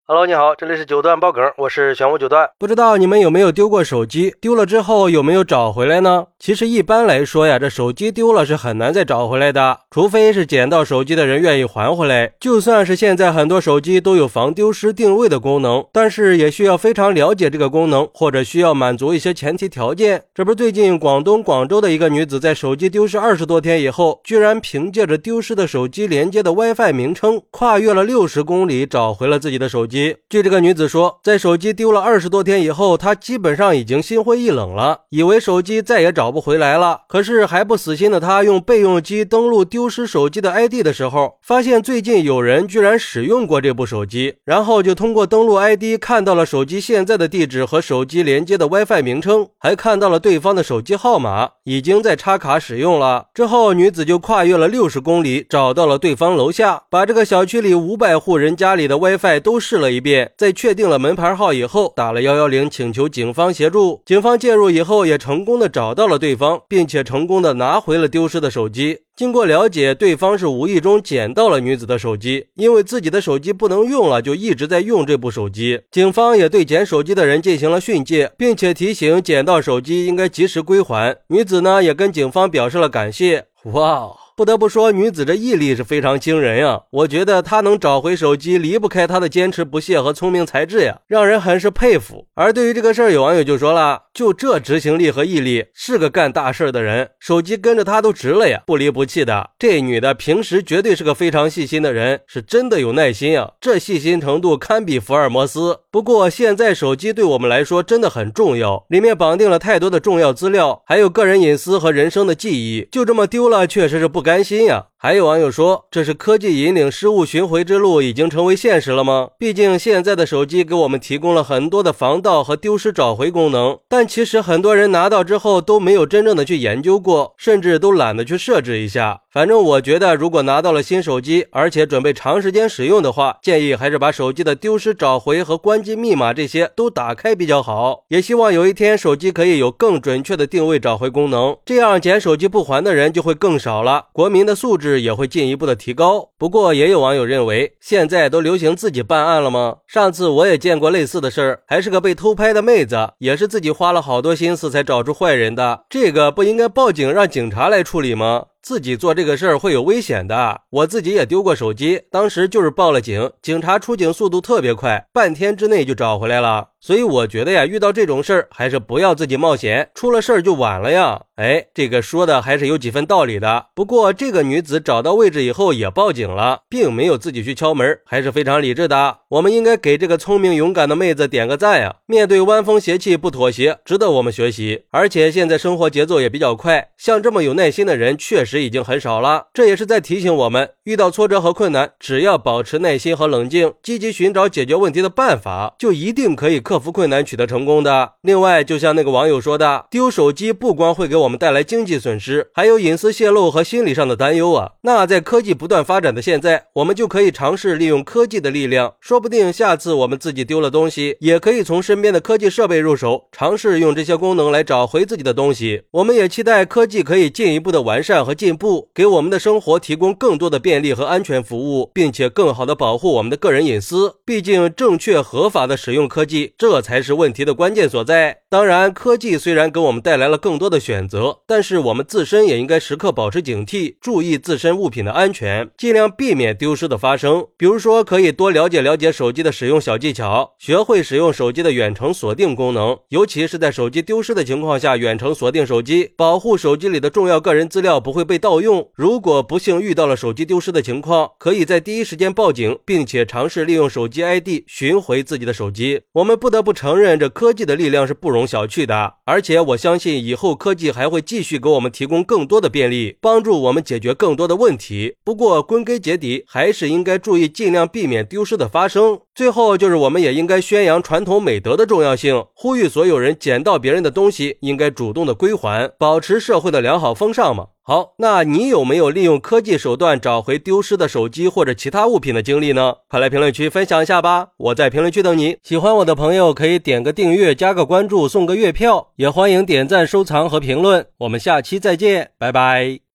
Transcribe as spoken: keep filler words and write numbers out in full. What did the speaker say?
Hello， 你好，这里是九段爆梗，我是玄武九段。不知道你们有没有丢过手机？丢了之后有没有找回来呢？其实一般来说呀，这手机丢了是很难再找回来的，除非是捡到手机的人愿意还回来。就算是现在很多手机都有防丢失定位的功能，但是也需要非常了解这个功能，或者需要满足一些前提条件。这不是最近广东广州的一个女子在手机丢失二十多天以后，居然凭借着丢失的手机连接的 WiFi 名称，跨越了六十公里找回了自己的手机。据这个女子说，在手机丢了二十多天以后，她基本上已经心灰意冷了，以为手机再也找不回来了。可是还不死心的她用备用机登录丢失手机的 I D 的时候，发现最近有人居然使用过这部手机，然后就通过登录 I D 看到了手机现在的地址和手机连接的 WiFi 名称，还看到了对方的手机号码，已经在插卡使用了。之后女子就跨越了六十公里找到了对方楼下，把这个小区里五百户人家里的 WiFi 都试了一遍，在确定了门牌号以后，打了一一零请求警方协助。警方介入以后，也成功的找到了对方，并且成功的拿回了丢失的手机。经过了解，对方是无意中捡到了女子的手机，因为自己的手机不能用了，就一直在用这部手机。警方也对捡手机的人进行了训诫，并且提醒捡到手机应该及时归还。女子呢也跟警方表示了感谢。哇，不得不说，女子这毅力是非常惊人呀！我觉得她能找回手机，离不开她的坚持不懈和聪明才智呀，让人很是佩服。而对于这个事儿，有网友就说了，就这执行力和毅力，是个干大事的人，手机跟着她都值了呀，不离不弃的。这女的平时绝对是个非常细心的人，是真的有耐心呀，这细心程度堪比福尔摩斯。不过现在手机对我们来说真的很重要，里面绑定了太多的重要资料，还有个人隐私和人生的记忆，就这么丢了，确实是不甘心呀。还有网友说，这是科技引领失物寻回之路已经成为现实了吗？毕竟现在的手机给我们提供了很多的防盗和丢失找回功能，但其实很多人拿到之后都没有真正的去研究过，甚至都懒得去设置一下。反正我觉得，如果拿到了新手机，而且准备长时间使用的话，建议还是把手机的丢失找回和关机密码这些都打开比较好。也希望有一天手机可以有更准确的定位找回功能，这样捡手机不还的人就会更少了，国民的素质也会进一步的提高。不过也有网友认为，现在都流行自己办案了吗？上次我也见过类似的事儿，还是个被偷拍的妹子，也是自己花了好多心思才找出坏人的。这个不应该报警让警察来处理吗？自己做这个事儿会有危险的，我自己也丢过手机，当时就是报了警，警察出警速度特别快，半天之内就找回来了。所以我觉得呀，遇到这种事儿还是不要自己冒险，出了事儿就晚了呀。哎，这个说的还是有几分道理的。不过这个女子找到位置以后也报警了，并没有自己去敲门，还是非常理智的。我们应该给这个聪明勇敢的妹子点个赞呀！面对歪风邪气不妥协，值得我们学习。而且现在生活节奏也比较快，像这么有耐心的人确实已经很少了。这也是在提醒我们，遇到挫折和困难，只要保持耐心和冷静，积极寻找解决问题的办法，就一定可以克服困难取得成功的。另外，就像那个网友说的，丢手机不光会给我们带来经济损失，还有隐私泄露和心理上的担忧啊。那在科技不断发展的现在，我们就可以尝试利用科技的力量，说不定下次我们自己丢了东西，也可以从身边的科技设备入手，尝试用这些功能来找回自己的东西。我们也期待科技可以进一步的完善和进步，给我们的生活提供更多的便利和安全服务，并且更好的保护我们的个人隐私。毕竟正确合法的使用科技，这才是问题的关键所在。当然，科技虽然给我们带来了更多的选择，但是我们自身也应该时刻保持警惕，注意自身物品的安全，尽量避免丢失的发生。比如说，可以多了解了解手机的使用小技巧，学会使用手机的远程锁定功能，尤其是在手机丢失的情况下，远程锁定手机，保护手机里的重要个人资料不会被盗用。如果不幸遇到了手机丢失的情况，可以在第一时间报警，并且尝试利用手机 I D 寻回自己的手机。我们不得不承认，这科技的力量是不容小觑的，而且我相信以后科技还会继续给我们提供更多的便利，帮助我们解决更多的问题。不过归根结底，还是应该注意尽量避免丢失的发生。最后就是我们也应该宣扬传统美德的重要性，呼吁所有人捡到别人的东西应该主动的归还，保持社会的良好风尚嘛。好，那你有没有利用科技手段找回丢失的手机或者其他物品的经历呢？快来评论区分享一下吧，我在评论区等你。喜欢我的朋友可以点个订阅，加个关注，送个月票，也欢迎点赞、收藏和评论。我们下期再见，拜拜。